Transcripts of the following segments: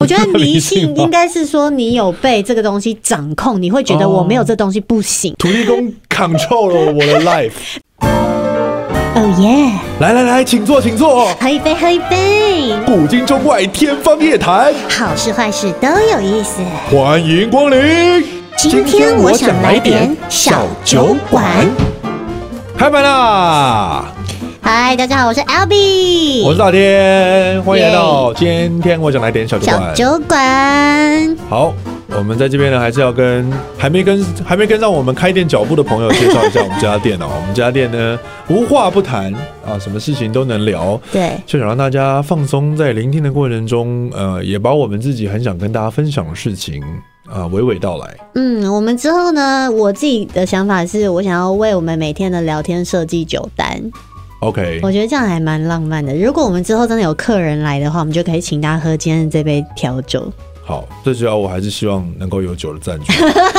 觉得迷信应该是说你有被这个东西掌控，你会觉得我没有这东西不行。 土地公 control 了我的 life。 哦耶！ 来，请坐，请坐。 喝一杯，喝一杯。 古今中外，天方夜谭， 好事坏事都有意思。 欢迎光临。 今天我想来点小酒馆。 开门啦！ 嗨，大家好，我是 Albee， 我是大天，欢迎来到今天我想来点小酒馆。 小酒馆。 好，我们在这边呢，还是要跟还没跟上我们开店脚步的朋友介绍一下我们这家店哦。我们这家店呢，无话不谈啊，什么事情都能聊。 对， 就想让大家放松，在聆听的过程中，也把我们自己很想跟大家分享的事情娓娓道来。 我们之后呢，我自己的想法是我想要为我们每天的聊天设计酒单。 OK， 我觉得这样还蛮浪漫的。如果我们之后真的有客人来的话，我们就可以请他喝今天这杯调酒。 好，最主要我还是希望能够有酒的赞助。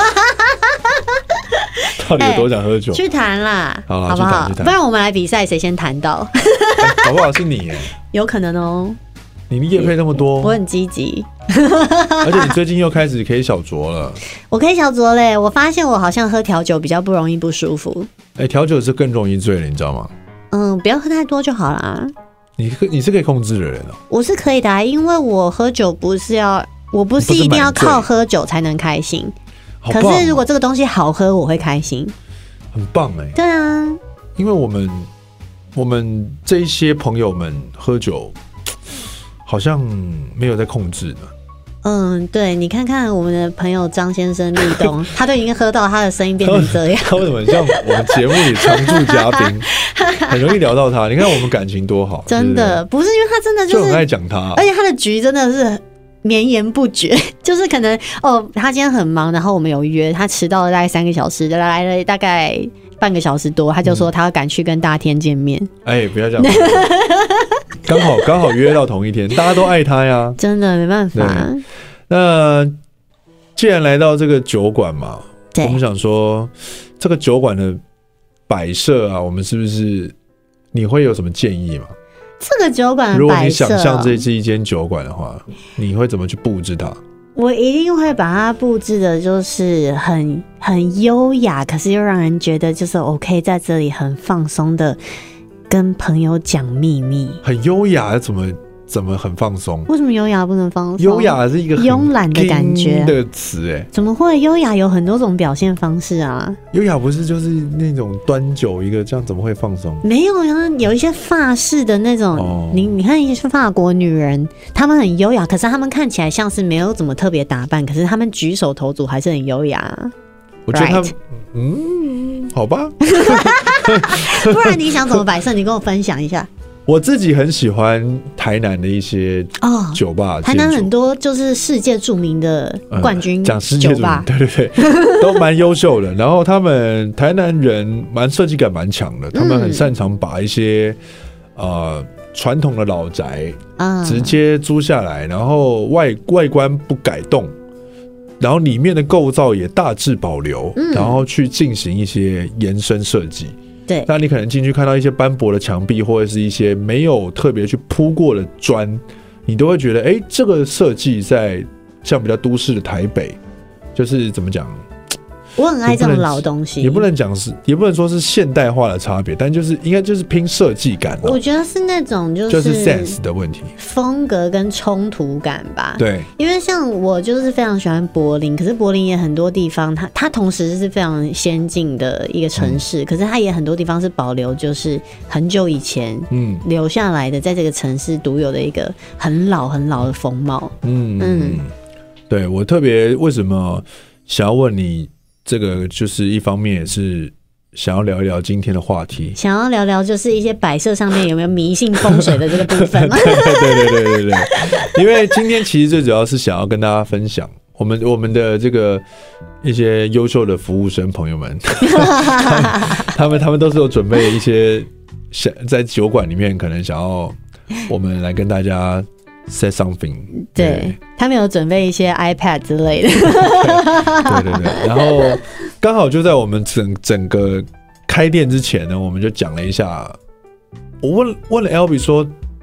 到底有多想喝酒？ 去谈啦，好不好？不然我们来比赛，谁先谈到？ 好不好？是你耶， 有可能哦。 你业配那么多， 我很积极。 而且你最近又开始可以小酌了。 我可以小酌嘞，我发现我好像喝调酒比较不容易不舒服。 调酒是更容易醉了，你知道吗？ 不要喝太多就好啦。 你是可以控制的人哦。 我是可以的因为我喝酒我不是一定要靠喝酒才能开心。可是如果这个东西好喝，我会开心。 很棒哎。 对啊， 因为我们这一些朋友们喝酒好像没有在控制的。 对，你看看我们的朋友张先生立东，他都已经喝到他的声音变成这样。 他为什么像我们节目里常驻嘉宾，很容易聊到他？你看我们感情多好， 真的不是因为他真的就很爱讲他， 而且他的局真的是绵延不绝，就是可能他今天很忙，然后我们有约，他迟到了大概3个小时，来了大概半个小时多，他就说他要赶去跟大天见面。不要这样。刚好约到同一天，大家都爱他呀，真的没办法。 那既然来到这个酒馆嘛，我们想说这个酒馆的摆设啊，我们是不是你会有什么建议吗？ 这个酒馆的摆设， 如果你想象这是一间酒馆的话，你会怎么去布置它？ 我一定会把它布置的就是很优雅，可是又让人觉得就是我可以在这里很放松的跟朋友讲秘密。很优雅怎么很放松？为什么优雅不能放松？优雅是一个很慵懒的感觉的词怎么会？优雅有很多种表现方式啊。优雅不是就是那种端酒一个这样，怎么会放松？没有啊，有一些法式的那种，你看一些法国女人，她们很优雅，可是她们看起来像是没有怎么特别打扮，可是她们举手投足还是很优雅。我觉得她好吧。不然你想怎么摆设？你跟我分享一下。我自己很喜欢台南的一些酒吧，台南很多就是世界著名的冠军酒吧，对，都蛮优秀的。然后他们台南人蛮设计感蛮强的，他们很擅长把一些传统的老宅直接租下来，然后外观不改动，然后里面的构造也大致保留，然后去进行一些延伸设计。对，那你可能进去看到一些斑驳的墙壁，或者是一些没有特别去铺过的砖，你都会觉得，这个设计在像比较都市的台北，就是怎么讲？我很爱这种老东西，也不能说是现代化的差别，但就是应该就是拼设计感。我觉得是那种就是 sense 的问题，风格跟冲突感吧。对，因为像我就是非常喜欢柏林，可是柏林也很多地方，它同时是非常先进的一个城市，可是它也很多地方是保留就是很久以前留下来的，在这个城市独有的一个很老很老的风貌。对，我特别为什么想要问你？这个就是一方面也是想要聊一聊今天的话题，想要聊聊就是一些摆设上面有没有迷信风水的这个部分吗？对，因为今天其实最主要是想要跟大家分享我们的这个一些优秀的服务生朋友们，他们都是有准备一些在酒馆里面可能想要我们来跟大家say something， 对，他们有准备一些 iPad 之类的，对，然后刚好就在我们整个开店之前呢，我们就讲了一下，我问了 Albee 说，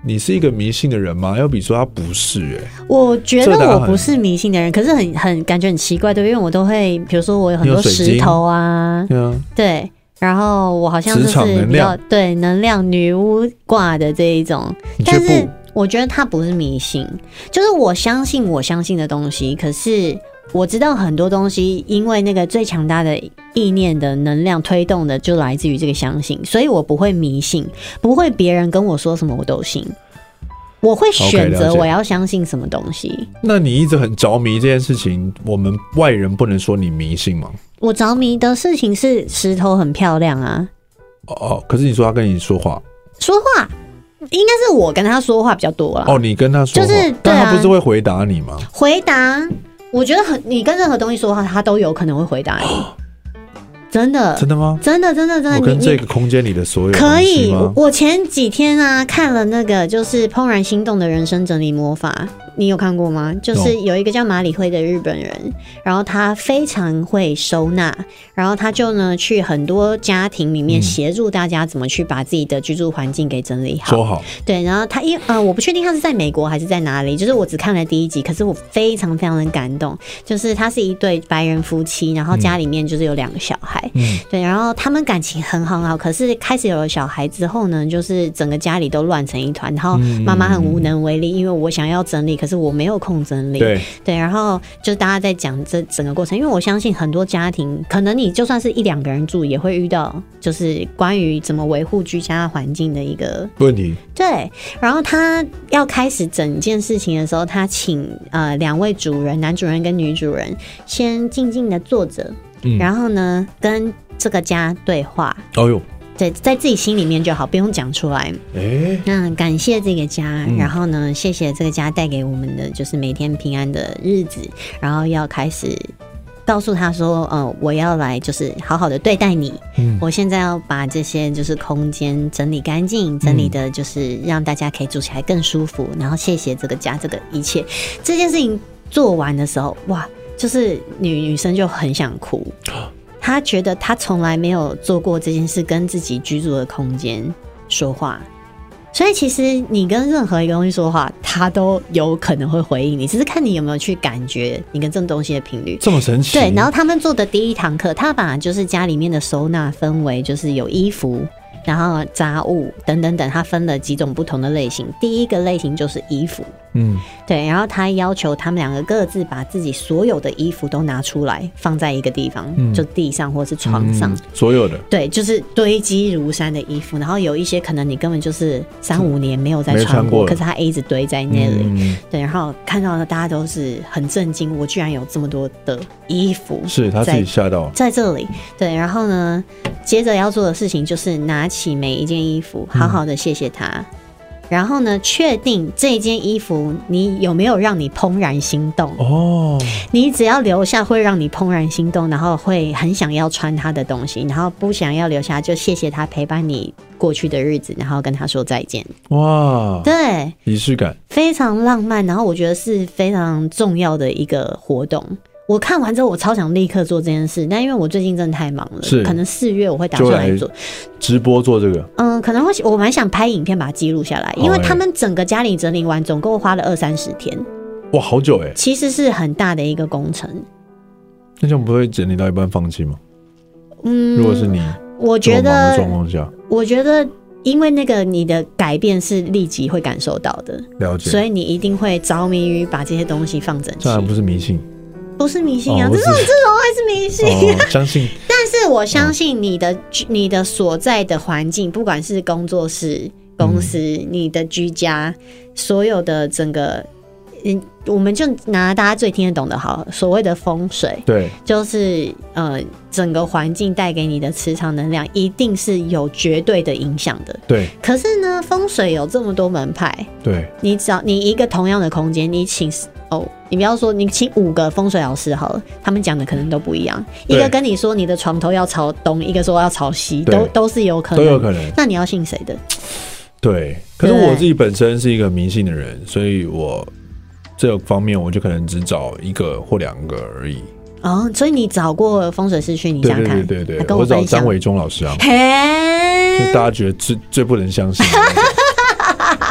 你是一个迷信的人吗？要比说他不是我觉得我不是迷信的人，可是很感觉很奇怪，对，因为我都会，比如说我有很多石头啊，对，然后我好像就是比较对能量女巫挂的这一种，但是我觉得它不是迷信，就是我相信我相信的东西，可是我知道很多东西因为那个最强大的意念的能量推动的就来自于这个相信，所以我不会迷信，不会别人跟我说什么我都信，我会选择我要相信什么东西。 那你一直很着迷这件事情，我们外人不能说你迷信吗？ 我着迷的事情是石头很漂亮啊。 可是你说他跟你说话应该是我跟他说话比较多啦。 你跟他说话，就是但他不是会回答你吗？ 回答，我觉得你跟任何东西说话，他都有可能会回答你。真的吗？ 真的。 我跟这个空间里的所有可以。我前几天啊看了那个就是《怦然心动的人生整理魔法》，你有看过吗？就是有一个叫马里辉的日本人，然后他非常会收纳，然后他就呢去很多家庭里面协助大家怎么去把自己的居住环境给整理好。 收好。 对，然后他我不确定他是在美国还是在哪里，就是我只看了第一集，可是我非常非常的感动，就是他是一对白人夫妻，然后家里面就是有2个小孩。对，然后他们感情很好，可是开始有了小孩之后呢，就是整个家里都乱成一团，然后妈妈很无能为力，因为我想要整理，可是我没有空整理。对，然后就是大家在讲这整个过程，因为我相信很多家庭，可能你就算是1-2个人住，也会遇到就是关于怎么维护居家环境的一个问题。 对，然后他要开始整件事情的时候，他请2位主人，男主人跟女主人，先静静的坐着。然后呢，跟这个家对话。对，在自己心里面就好，不用讲出来。那感谢这个家，然后呢，谢谢这个家带给我们的就是每天平安的日子，然后要开始告诉他说，我要来就是好好的对待你。我现在要把这些就是空间整理干净，整理的就是让大家可以住起来更舒服。然后谢谢这个家，这个一切，这件事情做完的时候，哇！就是女生就很想哭，她觉得她从来没有做过这件事，跟自己居住的空间说话。所以其实你跟任何一个东西说话，它都有可能会回应你，只是看你有没有去感觉你跟这种东西的频率。 这么神奇？ 对。然后他们做的第1堂课，他把就是家里面的收纳分为就是有衣服，然后杂物等等等，他分了几种不同的类型。第一个类型就是衣服。对，然后他要求他们2个各自把自己所有的衣服都拿出来，放在一个地方，就地上或是床上， 所有的， 对，就是堆积如山的衣服。然后有一些可能你根本就是3-5年没有再穿过，可是它一直堆在那里。对，然后看到的大家都是很震惊，我居然有这么多的衣服， 是他自己吓到在这里。对，然后呢，接着要做的事情就是拿起每一件衣服，好好的谢谢他。然后呢，确定这件衣服你有没有让你怦然心动。你只要留下会让你怦然心动，然后会很想要穿它的东西，然后不想要留下就谢谢他陪伴你过去的日子，然后跟他说再见。 哇， 对， 仪式感非常浪漫，然后我觉得是非常重要的一个活动。我看完之后，我超想立刻做这件事，但因为我最近真的太忙了，可能4月我会打算来做直播做这个。 可能会我蛮想拍影片把它记录下来，因为他们整个家里整理完，总共花了20-30天。 哇，好久哎！ 其实是很大的一个工程。 那这样不会整理到一半放弃吗？如果是你， 我觉得的状况下， 我觉得因为那个你的改变是立即会感受到的， 了解， 所以你一定会着迷于把这些东西放整齐。 这还不是迷信。 不是迷信啊，这种还是迷信。 相信， 但是我相信你的所在的环境，不管是工作室、公司、你的居家，所有的整个，我们就拿大家最听得懂的好，所谓的风水， 对， 就是整个环境带给你的磁场能量，一定是有绝对的影响的。 对。 可是呢，风水有这么多门派， 对， 你一个同样的空间，你请你不要说你请5个风水老师好了，他们讲的可能都不一样。一个跟你说你的床头要朝东，一个说要朝西，都是有可能， 都有可能。 那你要信谁的？ 对，可是我自己本身是一个迷信的人，所以我这个方面我就可能只找1个或2个而已。 所以你找过风水师去你家看？ 对，我找张伟忠老师啊，就大家觉得最不能相信。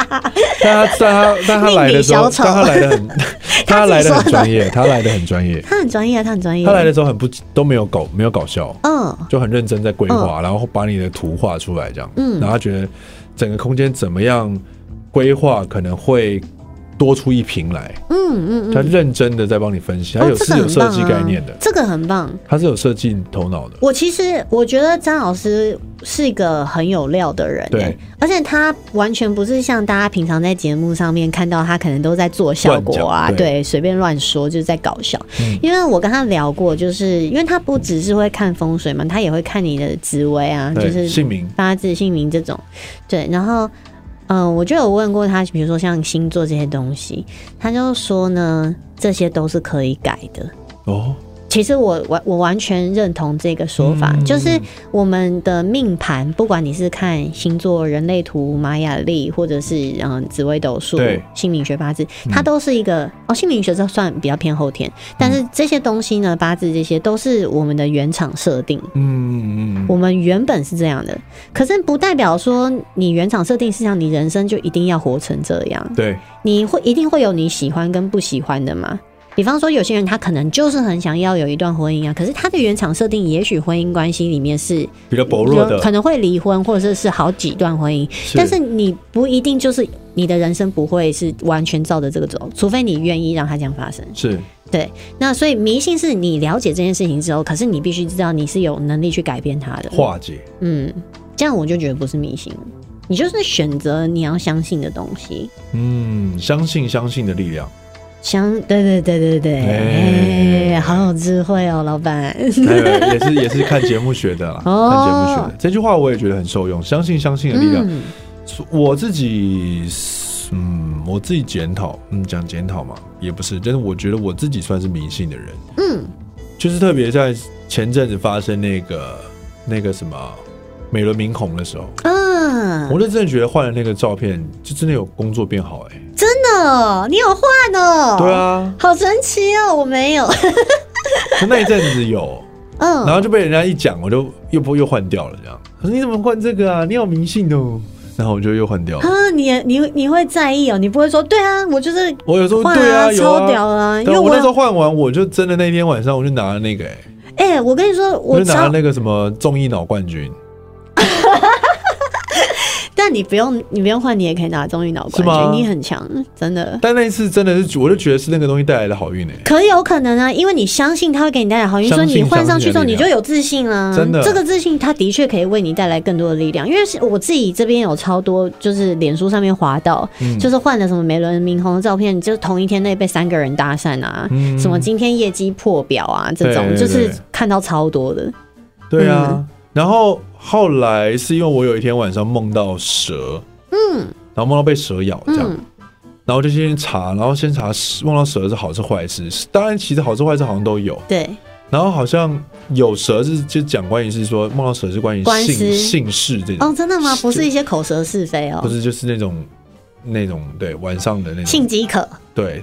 但他来的时候，他来的很专业，他来的很专业， 他很专业，他很专业。 他来的时候都没有搞笑，就很认真在规划，然后把你的图画出来这样，然后他觉得整个空间怎么样规划可能会多出一瓶来，他认真的在帮你分析，他有设计概念的， 这个很棒， 他是有设计头脑的。 我觉得张老师是一个很有料的人，对，而且他完全不是像大家平常在节目上面看到他可能都在做效果啊，对，随便乱说就是在搞笑。因为我跟他聊过，就是因为他不只是会看风水嘛，他也会看你的紫微啊，就是姓名、 八字、姓名这种，对，然后。我就有问过他，比如说像星座这些东西，他就说呢，这些都是可以改的。哦，其实我完全认同这个说法，就是我们的命盘，不管你是看星座、人类图、玛雅历，或者是紫微斗数、姓名学、八字，它都是一个姓名学这算比较偏后天，但是这些东西呢，八字这些都是我们的原厂设定。我们原本是这样的，可是不代表说你原厂设定是这样，你人生就一定要活成这样。 对， 你一定会有你喜欢跟不喜欢的嘛。比方说有些人他可能就是很想要有一段婚姻啊，可是他的原厂设定也许婚姻关系里面是比较薄弱的， 可能会离婚或者是好几段婚姻，但是你不一定就是你的人生不会是完全照着这个走，除非你愿意让它这样发生。 是， 对。那所以迷信是你了解这件事情之后，可是你必须知道你是有能力去改变它的， 化解。 这样我就觉得不是迷信，你就是选择你要相信的东西。 相信的力量。 对，好有智慧哦，老板。 也是看节目学的啦，看节目学的这句话我也觉得很受用。相信的力量，我自己检讨，讲检讨嘛，也不是，但是我觉得我自己算是迷信的人，就是特别在前阵子发生那个什么美轮明宏的时候，我就真的觉得换了那个照片，就真的有工作变好真的，你有换哦？ 对啊， 好神奇哦，我没有。 那一阵子有，然后就被人家一讲，我就又换掉了，这样。他说你怎么换这个啊？你好迷信哦。然后我就又换掉了。 你会在意哦？你不会说对啊？我就是我有时候对啊， 超屌啊！因为我那时候换完，我就真的那天晚上我就拿了那个我跟你说， 我就拿了那个什么综艺脑冠军。 但你不用换，你也可以拿综艺脑冠军，你很强，真的。 但那一次真的是，我就觉得是那个东西带来的好运可有可能啊，因为你相信它会给你带来好运，所以你换上去之后你就有自信了。 真的， 这个自信它的确可以为你带来更多的力量。因为我自己这边有超多，就是脸书上面滑到，就是换了什么美轮明宏的照片，就是同一天内被3个人搭讪啊，什么今天业绩破表啊，这种就是看到超多的。 对啊。然后后来是因为我有一天晚上梦到蛇，然后梦到被蛇咬这样，然后就先查，然后先查梦到蛇是好是坏事，当然其实好事坏事好像都有， 对。 然后好像有蛇就讲关于是说梦到蛇是关于姓氏这种真的吗？不是一些口舌是非不是，就是那种对晚上的那种性饥渴， 对。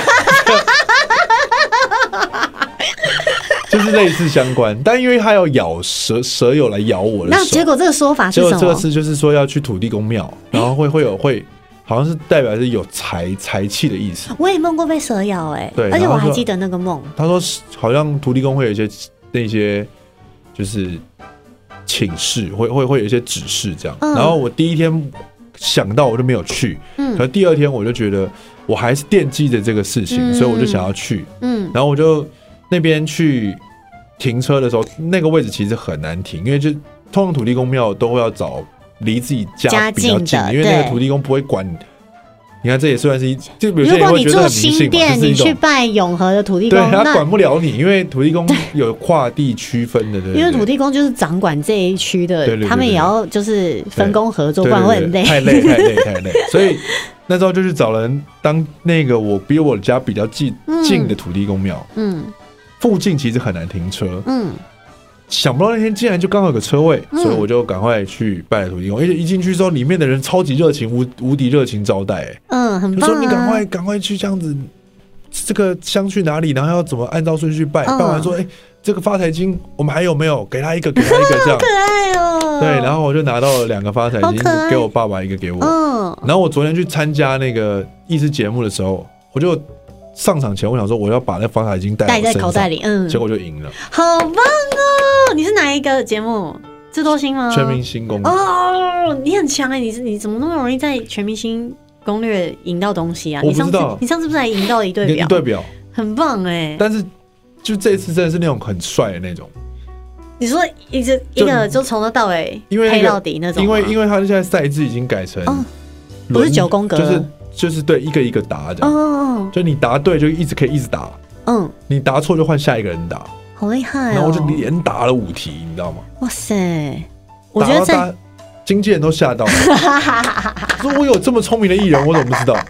就是类似相关，但因为他要咬蛇友来咬我的手， 那结果这个说法是什么？ 结果这个事就是说要去土地公庙，然后会好像是代表是有财气的意思。 我也梦过被蛇咬对，而且我还记得那个梦。 他说好像土地公会有那些就是请示，会有一些指示这样。然后我第一天想到我就没有去，可是第二天我就觉得我还是惦记着这个事情，所以我就想要去。然后我就那边去停车的时候，那个位置其实很难停，因为就通常土地公庙都会要找离自己家比较近，因为那个土地公不会管。你看，这也算是就比如说， 如果你住新店，你去拜永和的土地公， 对他管不了你，因为土地公有跨地区分的，对， 因为土地公就是掌管这一区的，他们也要就是分工合作，不然会很累， 太累。所以那时候就去找人当那个比我家比较近的土地公庙，附近其实很难停车，想不到那天竟然就刚好有个车位，所以我就赶快去拜了土地公。而且一进去之后，里面的人超级热情，无敌热情招待， 很棒。 就说你赶快去这样子，这个香去哪里，然后要怎么按照顺序拜。拜完说，这个发财金我们还有没有？给他一个，这样。 好可爱哦。 对，然后我就拿到了2个发财金，给我爸爸一个给我。 然后我昨天去参加那个益智节目的时候，我就上场前我想说我要把那发财金带在口袋里， 结果就赢了， 好棒哦！你是哪一个节目？智多星吗？ 全明星攻略哦，你很强哎！你怎么那么容易在全明星攻略赢到东西啊？ 我不知道， 你上次不是还赢到一对表？ 一对表， 很棒哎！ 但是就这一次真的是那种很帅的那种。 你说一个就从头到尾配到底那种， 因为他现在赛制已经改成不是9宫格了， 就是对一个一个答这样，就你答对就可以一直答，你答错就换下一个人答。 好厉害哦！ 然后我就连打了5题，你知道吗？ 哇塞！我觉得经纪人都吓到了，说我有这么聪明的艺人，我怎么不知道？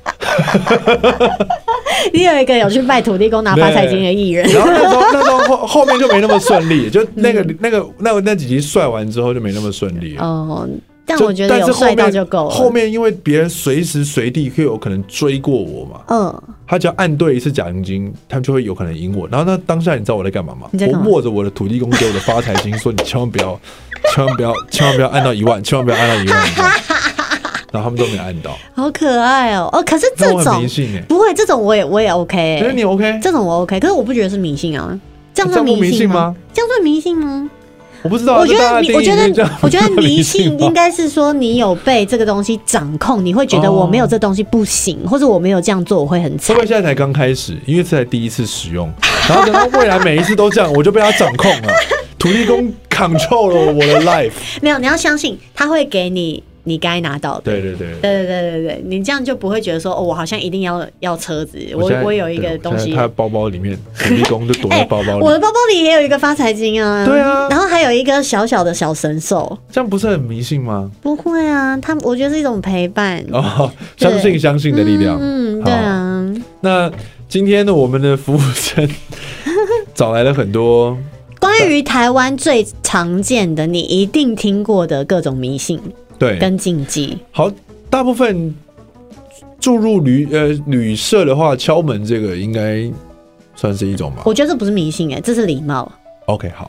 你有一个有去拜土地公拿发财金的艺人， 然后那时候后面就没那么顺利，就那几集帅完之后就没那么顺利了。 但我觉得有帅到就够了。 后面因为别人随时随地会有可能追过我嘛，他只要按对一次奖金，他们就会有可能赢我。然后当下你知道我在干嘛吗？我握着我的土地公给我的发财金，说你千万不要按到1万，千万不要按到1万。然后他们都没按到， 好可爱哦！可是这种迷信不会，这种我也 OK， 觉得你 OK， 这种我 OK， 可是我不觉得是迷信啊，这样算迷信吗？这样算迷信吗？ 我不知道， 我觉得迷信应该是说你有被这个东西掌控，你会觉得我没有这东西不行，或者我没有这样做我会很惨。 会不会现在才刚开始？因为这才第一次使用，然后等到未来每一次都这样，我就被他掌控了。土地公 control 了我的 life。 没有，你要相信他会给你该拿到的。对，你这样就不会觉得说我好像一定要车子，我有一个东西， 他的包包里面，土地公就躲在包包里。 我的包包里也有一个发财金啊。 对啊， 然后还有一个小小的小神兽， 这样不是很迷信吗？ 不会啊，我觉得是一种陪伴相信的力量。 对啊。 那今天呢，我们的服务生找来了很多关于台湾最常见的，你一定听过的各种迷信。对，跟禁忌。 好，大部分住入旅社的话，敲门这个应该算是一种吧。 我觉得这不是迷信这是礼貌。 OK， 好。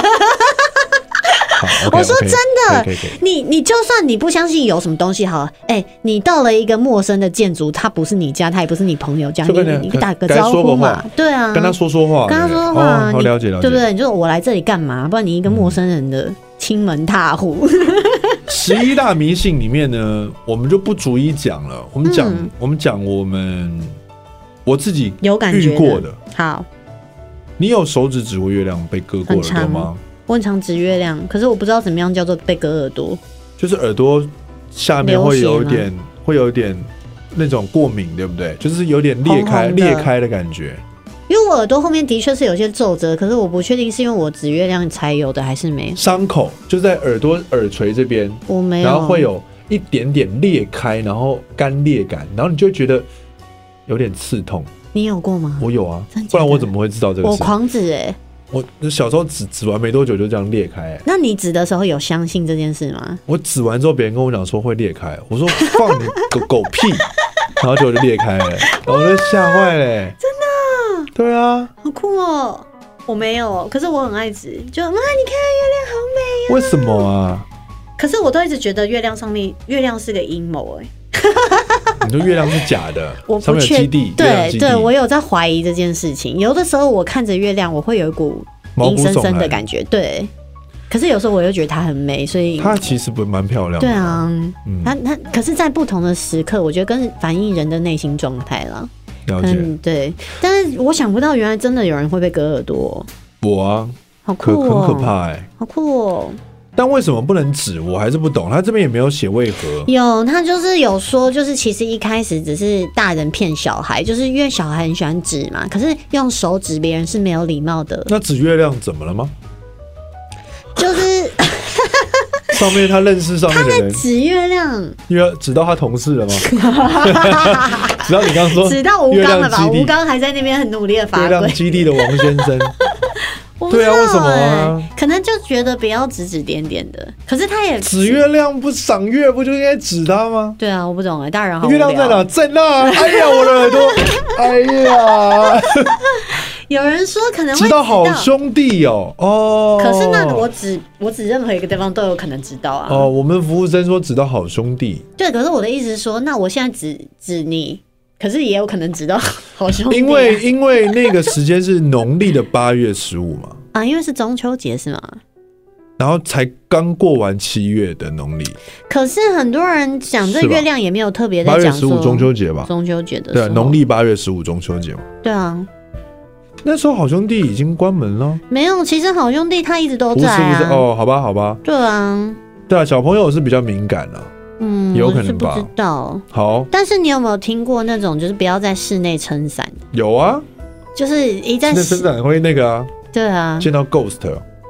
我说真的，你就算你不相信有什么东西好，你到了一个陌生的建筑，它不是你家，它也不是你朋友家，你打个招呼嘛，对啊， 跟他说话， 好了解， 对不对？你就我来这里干嘛？不然你一个陌生人的亲门踏户。 11大迷信里面呢，我们就不逐一讲了。我们讲我自己有感觉遇过的。 好， 你有手指指过月亮被割过耳朵吗？ 我很常指月亮，可是我不知道怎么样叫做被割耳朵。 就是耳朵下面会有一点那种过敏，对不对？就是有点裂开的感觉。 因为我耳朵后面的确是有些皱褶，可是我不确定是因为我指月亮才有的还是没有。 伤口就在耳垂这边， 我没有， 然后会有一点点裂开，然后干裂感，然后你就会觉得有点刺痛。 你有过吗？ 我有啊，不然我怎么会知道这个事？ 我狂指我小时候指完没多久就这样裂开。 那你指的时候有相信这件事吗？ 我指完之后，别人跟我讲说会裂开，我说放你狗屁，然后就裂开了，然后我就吓坏了。 真的？ 对啊， 好酷哦！我没有，可是我很爱指，就妈，你看月亮好美啊！ 为什么啊？ 可是我都一直觉得月亮是个阴谋你说月亮是假的， 我上面有基地， 对，我有在怀疑这件事情。有的时候我看着月亮，我会有一股阴森森的感觉，对。可是有时候我又觉得它很美，所以它其实不蛮漂亮的。 对啊，它可是在不同的时刻，我觉得跟反映人的内心状态啦。 了解， 对。但是我想不到，原来真的有人会被割耳朵。 我啊， 好酷哦， 很可怕好酷哦。 但为什么不能指？我还是不懂。他这边也没有写为何。 有，他就是有说，就是其实一开始只是大人骗小孩，就是因为小孩很喜欢指嘛，可是用手指别人是没有礼貌的。 那指月亮怎么了吗？ 就是上面他认识上面的人， 他在指月亮， 因为指到他同事了吗？指到你刚刚说， 指到吴刚了吧？吴刚还在那边很努力的发挥。 月亮基地的王先生。对啊，为什么啊？ 可能就觉得不要指指点点的，可是他也指月亮不赏月，不就应该指他吗？ 对啊，我不懂大人好无聊。 月亮在哪？在那！哎呀，我的耳朵！哎呀， 有人说可能会知道好兄弟哦， 可是那我指任何一个地方都有可能知道啊。 哦，我们服务生说知道好兄弟， 对，可是我的意思是说，那我现在指你，可是也有可能知道好兄弟、 因为那个时间是农历的8月15嘛， 啊，因为是中秋节是吗？ 然后才刚过完7月的农历， 可是很多人讲这月亮也没有特别在讲说 8月15中秋节吧？ 中秋节的时候， 对，农历8月15中秋节嘛。 对啊， 那时候好兄弟已经关门了。 没有，其实好兄弟他一直都在啊。 不是哦，好吧。 对啊， 对啊，小朋友是比较敏感啊。有可能吧， 我是不知道。 好， 但是你有没有听过那种就是不要在室内撑伞？ 有啊， 就是一在室内撑伞会那个啊。 对啊， 见到 ghost。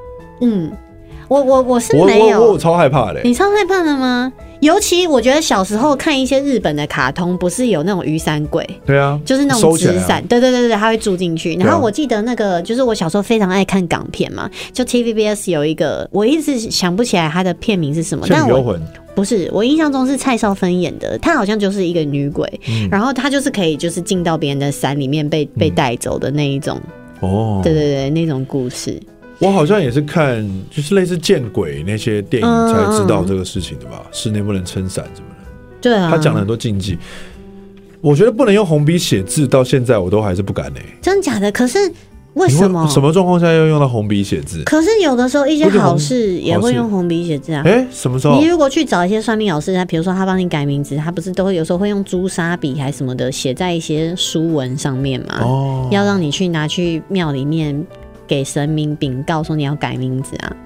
我是没有， 我超害怕的。 你超害怕的吗？尤其我觉得小时候看一些日本的卡通，不是有那种雨伞柜？ 对啊， 就是那种纸伞，对，它会住进去。然后我记得那个，就是我小时候非常爱看港片嘛，就 TVBS 有一个，我一直想不起来它的片名是什么，但我不是，我印象中是蔡少芬演的，她好像就是一个女鬼，然后她就是可以就是进到别人的伞里面被带走的那一种。哦，对，那种故事。 我好像也是看，就是类似见鬼那些电影才知道这个事情的吧？室内不能撑伞什么的。 对啊， 他讲了很多禁忌。我觉得不能用红笔写字，到现在我都还是不敢真假的？可是为什么？ 什么状况下要用到红笔写字？ 可是有的时候一些好事也会用红笔写字啊。 什么时候？ 你如果去找一些算命老师，他比如说他帮你改名字，他不是都会有时候会用朱砂笔还什么的写在一些书文上面嘛？要让你去拿去庙里面。给神明禀告说你要改名字啊！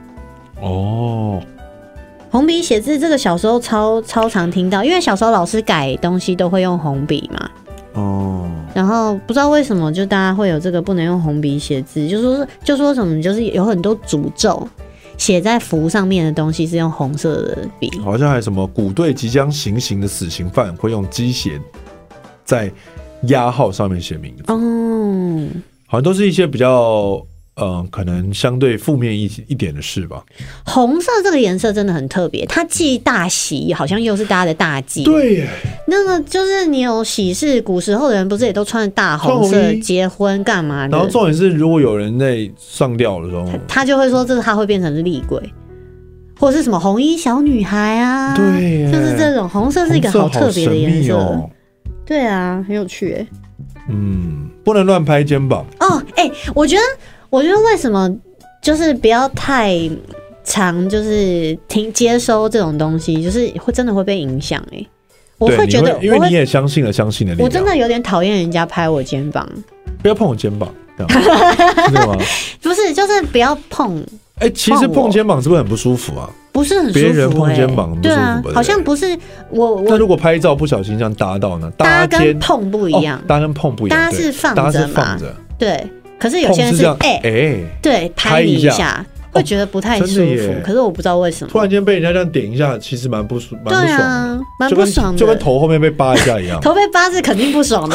红笔写字这个小时候超常听到，因为小时候老师改东西都会用红笔嘛。然后不知道为什么就大家会有这个不能用红笔写字，就说什么就是有很多诅咒写在符上面的东西是用红色的笔， 好像还什么鼓队即将行刑的死刑犯会用鸡血在押号上面写名字。好像都是一些比较。可能相对负面一点的事吧。 红色这个颜色真的很特别，它既大喜，好像又是大家的大忌。 对耶， 那个就是你有喜事，古时候的人不是也都穿大红色结婚干嘛的？ 然后重点是，如果有人在上吊的时候， 他就会说这个他会变成是厉鬼，或者是什么红衣小女孩啊。 对， 就是这种红色是一个好特别的颜色。对啊，很有趣耶。 不能乱拍肩膀。 我觉得为什么就是不要太常就是接收这种东西，就是会真的会被影响我会觉得， 因为你也相信了相信的力量。 我真的有点讨厌人家拍我肩膀。 不要碰我肩膀，这样是吗？ 不是，就是不要碰。 其实碰肩膀是不是很不舒服啊？ 不是很舒服。 别人碰肩膀很不舒服。对啊，好像不是我。 那如果拍照不小心这样搭到呢？ 搭跟碰不一样。 搭跟碰不一样。 搭是放着嘛？对。可是有些人是对，拍你一下会觉得不太舒服。可是我不知道为什么。 突然间被人家这样点一下，其实蛮不爽的。对啊，蛮不爽的， 就跟头后面被扒一下一样。 头被扒是肯定不爽的。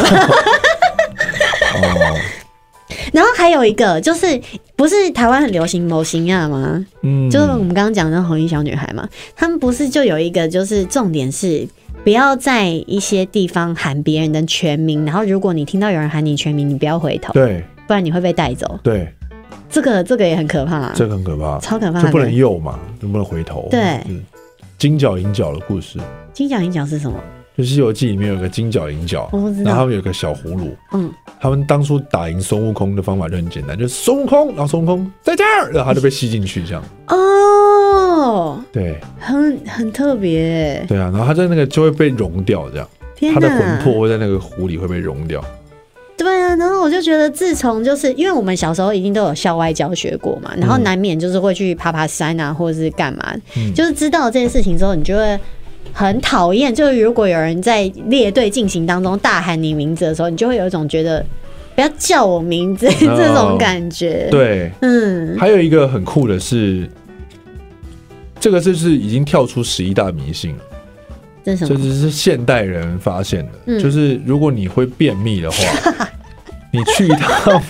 然后还有一个就是，不是台湾很流行某型啊吗？就是我们刚刚讲的红衣小女孩嘛，他们不是就有一个就是重点是不要在一些地方喊别人的全名，然后如果你听到有人喊你全名，你不要回头， 对， 不然你会被带走。 对， 这个也很可怕， 这个很可怕， 超可怕， 就不能右嘛，就不能回头。 对， 金角银角的故事， 金角银角是什么？ 就《西游记》里面有个金角银角，然后他们有个小葫芦，他们当初打赢孙悟空的方法就很简单，就是孙悟空，然后孙悟空在这儿，然后他就被吸进去，这样。对， 很特别。 对啊，然后他在那个就会被融掉，这样，他的魂魄会在那个湖里会被融掉。 对啊，然后我就觉得，自从就是因为我们小时候一定都有校外教学过嘛，然后难免就是会去爬山啊，或者是干嘛，就是知道这件事情之后，你就会很讨厌。就是如果有人在列队进行当中大喊你名字的时候，你就会有一种觉得不要叫我名字这种感觉。 对，还有一个很酷的是，这个就是已经跳出11大迷信了。这是现代人发现的，就是如果你会便秘的话，你去一趟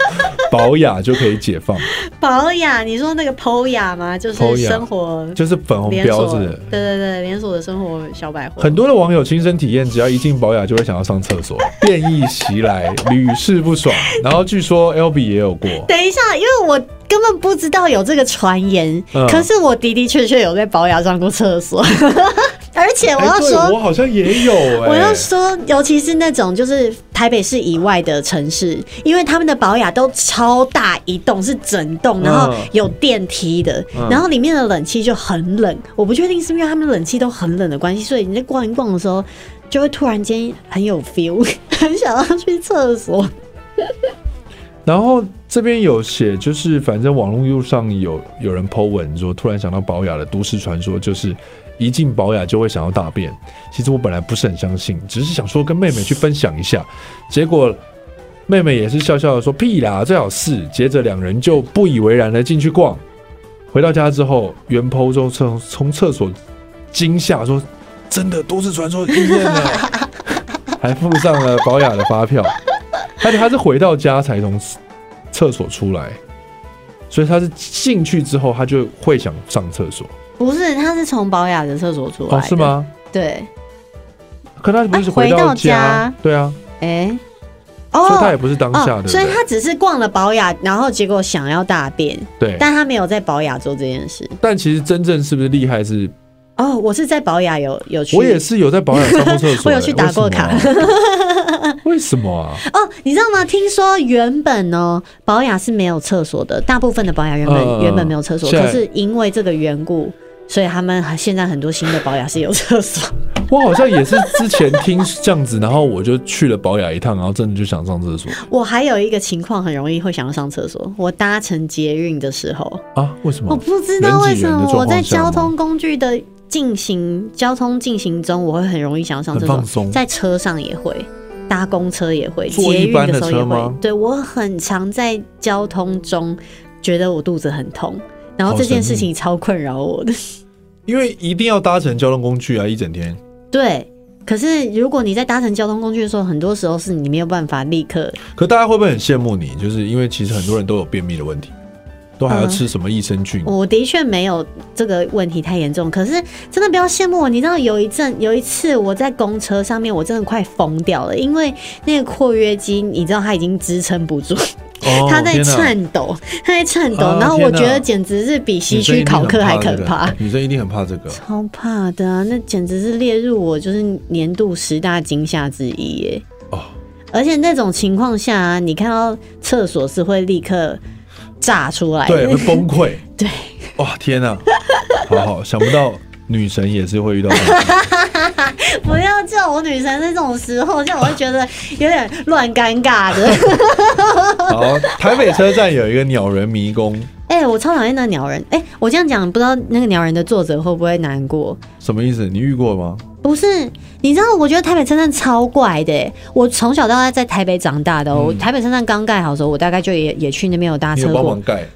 保雅就可以解放。 保雅，你说那个 PO 雅吗？就是生活， 就是粉红标志的。 对对对，连锁的生活小百货。 很多的网友亲身体验，只要一进保雅就会想要上厕所，变异袭来，屡试不爽。然后据说 LB 也有过。 等一下，因为我根本不知道有这个传言，可是我的的确确有在保雅上过厕所。而且我要说， 我好像也有我要说，尤其是那种就是台北市以外的城市，因为他们的保雅都超大一栋，是整栋，然后有电梯的，然后里面的冷气就很冷。我不确定是因为他们冷气都很冷的关系，所以你在逛一逛的时候，就会突然间很有 feel， 很想要去厕所。 然后这边有写，就是反正网络上有人 po 文说，突然想到保雅的都市传说，就是一进保雅就会想要大便。其实我本来不是很相信，只是想说跟妹妹去分享一下，结果妹妹也是笑笑的说屁啦，最好是。接着两人就不以为然的进去逛，回到家之后，原 po 中从厕所惊吓说，真的都市传说应验了，还附上了保雅的发票。而且他是回到家才从厕所出来，所以他是进去之后他就会想上厕所。 不是，他是从保雅的厕所出来的。 哦，是吗？ 对。 可他不是回到家？对啊。所以他也不是当下的。 所以他只是逛了保雅，然后结果想要大便。 对。 但他没有在保雅做这件事。 但其实真正是不是厉害是？ 我是在保雅有去。 我也是有在保雅上过厕所。 我有去打过卡。 为什么啊？ 你知道吗？听说原本保雅是没有厕所的，大部分的保雅原本没有厕所，可是因为这个缘故，所以他们现在很多新的保雅是有厕所。 我好像也是之前听这样子，然后我就去了保雅一趟，然后真的就想上厕所。 我还有一个情况很容易会想要上厕所，我搭乘捷运的时候啊，为什么？ 我不知道为什么我在交通工具的交通进行中，我会很容易想要上厕所，在车上也会。搭公车也会，捷运的时候也会。对，我很常在交通中觉得我肚子很痛，然后这件事情超困扰我的。 因为一定要搭乘交通工具啊，一整天。 对，可是如果你在搭乘交通工具的时候，很多时候是你没有办法立刻。 可大家会不会很羡慕你？就是因为其实很多人都有便秘的问题。都还要吃什么益生菌？ 我的确没有这个问题太严重，可是真的不要羡慕我。你知道有一次我在公车上面，我真的快疯掉了，因为那个括约肌，你知道它已经支撑不住，它在颤抖，然后我觉得简直是比西区考克还可怕。 女生一定很怕这个， 超怕的啊！那简直是列入我就是年度10大惊吓之一耶。而且那种情况下啊，你看到厕所是会立刻炸出来的， 对，会崩溃。 对， 哇，天哪！好，想不到女神也是会遇到这种。 不要叫我女神在这种时候，这样我会觉得有点乱尴尬的。 好，台北车站有一个鸟人迷宫。 我超讨厌那个鸟人。我这样讲，不知道那个鸟人的作者会不会难过？ 什么意思？你遇过吗？ 不是，你知道，我觉得台北车站超怪的。我从小到大在台北长大的我台北车站刚盖好的时候，我大概就也去那边有搭车过。 你有帮忙盖？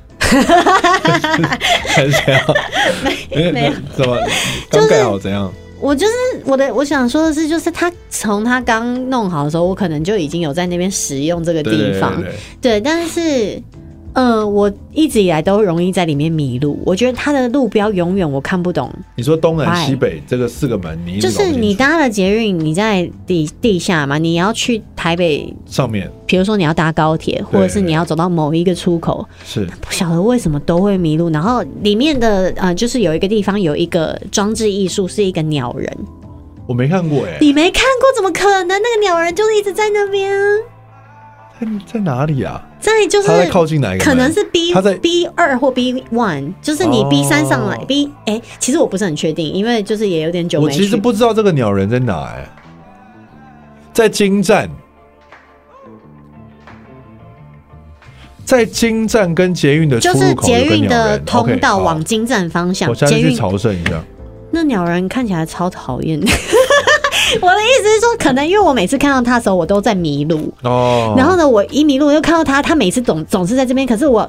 还是怎样？没有，怎么刚盖好怎样？ 我就是我想说的是，就是他从他刚弄好的时候，我可能就已经有在那边使用这个地方，对，但是。我一直以来都容易在里面迷路，我觉得它的路标永远我看不懂。你说东南西北这个4个门，你就是你搭了捷运，你在地下嘛，你要去台北上面， 比如说你要搭高铁，或者是你要走到某一个出口， 是不晓得为什么都会迷路。然后里面的就是有一个地方有一个装置艺术，是一个鸟人， 我没看过你没看过？怎么可能？那个鸟人就是一直在那边啊。 在哪里啊？ 就是他在靠近哪一个？ 可能是 B2 或 B1， 就是你 B3 上来其实我不是很确定，因为就是也有点久没去。 我其实不知道这个鸟人在哪在京站，在京站跟捷运的出入口有个鸟人， 就是捷运的通道往京站方向。 我下次去朝圣一下。 那鸟人看起来超讨厌。我的意思是说，可能因为我每次看到他的时候，我都在迷路。然后呢，我一迷路又看到他每次总是在这边，可是我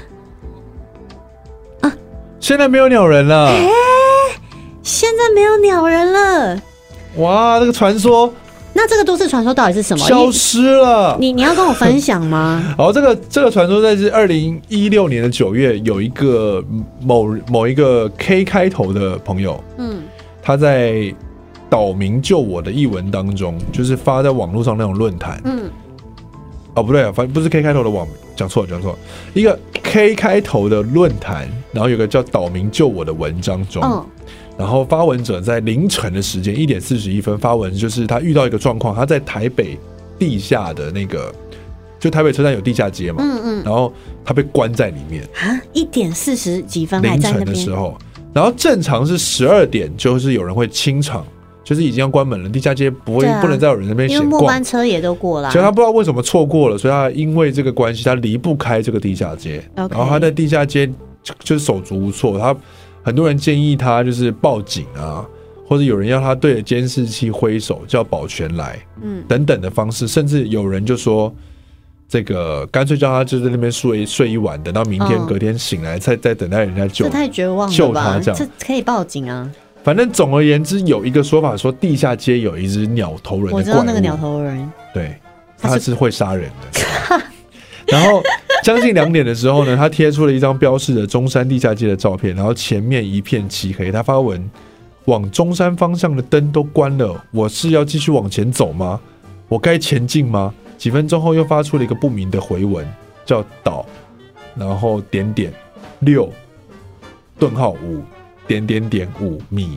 现在没有鸟人了。 现在没有鸟人了。 哇，这个传说那这个都市传说到底是什么？ 消失了。 你要跟我分享吗？ 好，这个传说在是2016年的9月，有一个某一个 K 开头的朋友，他在岛民救我的译文当中，就是发在网络上那种论坛，不对啊，反正不是 K 开头的网，讲错了，一个 K 开头的论坛，然后有个叫岛民救我的文章中。然后发文者在凌晨的时间1点41分发文，就是他遇到一个状况，他在台北地下的那个，就台北车站有地下街嘛，然后他被关在里面啊，1点40几分还在那边， 凌晨的时候，然后正常是12点，就是有人会清场，就是已经要关门了，地下街不能再有人在那边闲逛， 因为末班车也都过了， 所以他不知道为什么错过了，所以他因为这个关系，他离不开这个地下街，然后他在地下街就是手足无措，他。很多人建议他就是报警啊，或者有人要他对着监视器挥手叫保全来，等等的方式，甚至有人就说这个干脆叫他就在那边睡一晚，等到明天隔天醒来再等待人家救， 这太绝望了吧， 救他这样， 这可以报警啊。 反正总而言之，有一个说法说地下街有一只鸟头人的怪物， 我知道那个鸟头人， 对，他是会杀人的。然后将近2点的时候呢，他贴出了一张标示着中山地下街的照片，然后前面一片漆黑。他发文：往中山方向的灯都关了，我是要继续往前走吗？我该前进吗？几分钟后又发出了一个不明的回文，叫岛，然后6顿号5.5米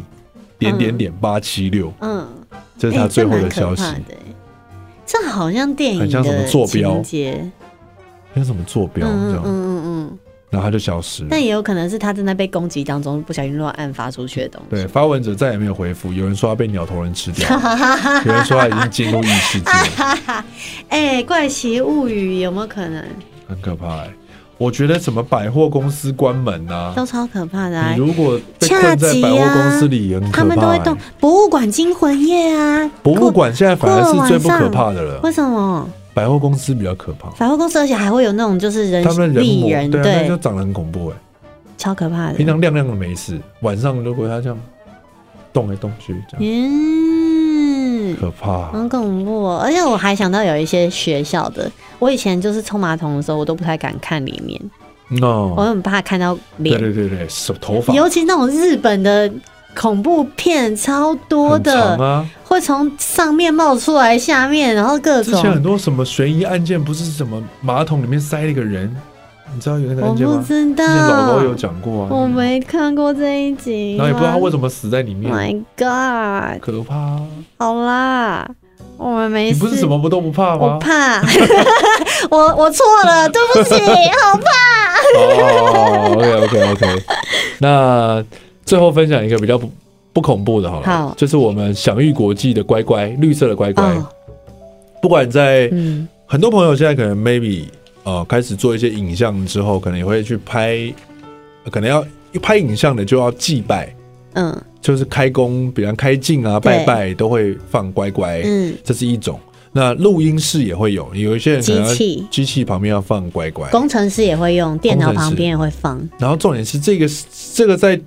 876，这是他最后的消息。 这好像电影的情节，很像什么坐标， 像什么坐标这样，然后他就消失了。 但也有可能是他正在被攻击当中，不小心乱按发出去的东西。 对，发文者再也没有回复。有人说他被鸟头人吃掉，有人说他已经进入异世界。 怪奇物语有没有可能？ 很可怕我觉得什么百货公司关门啊， 都超可怕的。你如果被困在百货公司里，很可怕。 他们都会动。博物馆惊魂夜啊， 博物馆现在反而是最不可怕的了。 为什么？ 百货公司比较可怕。 百货公司而且还会有那种就是他们立人， 对，那就长得很恐怖超可怕的。 平常亮亮的没事，晚上如果他这样动来动去，这样。可怕， 很恐怖而且我还想到有一些学校的，我以前就是冲马桶的时候，我都不太敢看里面，我很怕看到脸， 对，手头发， 尤其那种日本的恐怖片超多的，会从上面冒出来，下面然后各种。 之前很多什么悬疑案件，不是什么马桶里面塞了一个人，你知道有那个案件吗？ 我不知道， 之前老高有讲过啊。 我没看过这一集， 然后也不知道他为什么死在里面。 My God， 可怕。 好啦，我们没事。 你不是什么都不怕吗？ 我怕，我错了，对不起，好怕。 OK。那最后分享一个比较不恐怖的好了， 好， 就是我们享誉国际的乖乖，绿色的乖乖。不管在很多朋友现在可能 maybe 开始做一些影像之后，可能也会去拍，可能要拍影像的就要祭拜，就是开工，比如开镜啊、拜拜都会放乖乖，这是一种。那录音室也会有一些人可能机器旁边要放乖乖， 工程师也会用，电脑旁边也会放。 然后重点是这个在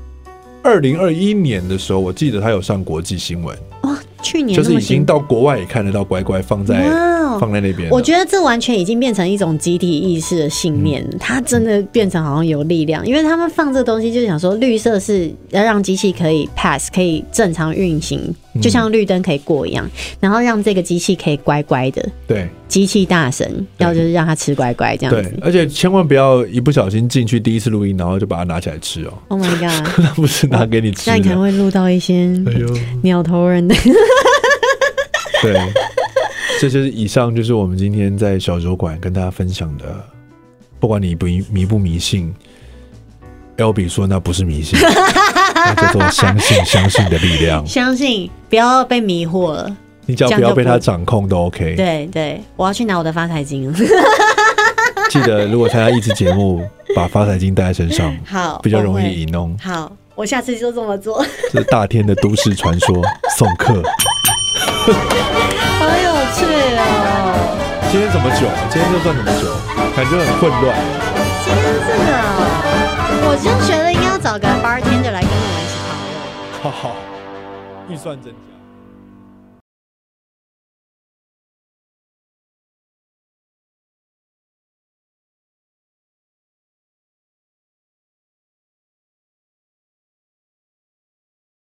2021年的时候，我记得他有上国际新闻。 去年就是已经到国外也看得到乖乖放在那边。 我觉得这完全已经变成一种集体意识的信念，它真的变成好像有力量，因为他们放这个东西就是想说绿色是要让机器可以 pass 可以正常运行，就像绿灯可以过一样，然后让这个机器可以乖乖的。对，机器大神要就是让它吃乖乖这样子。对， 而且千万不要一不小心进去第一次录音，然后就把它拿起来吃哦。 Oh my god， 那不是拿给你吃的， 那你可能会录到一些鸟头人的。 对，这就是以上就是我们今天在小酒馆跟大家分享的，不管你迷不迷信 ，Albee 说那不是迷信，那叫做相信的力量， 相信不要被迷惑了， 你只要不要被他掌控都 OK。 对，我要去拿我的发财金。 记得如果参加益智节目，把发财金带在身上， 好， 比较容易赢哦。 好，我下次就这么做。 这是大天的都市传说送客。 好有趣哦！ 今天怎么久？今天就算怎么久？感觉很混乱。 今天是的，我就觉得应该要找个 bartender 来跟我们一起讨论。 好，预算增加。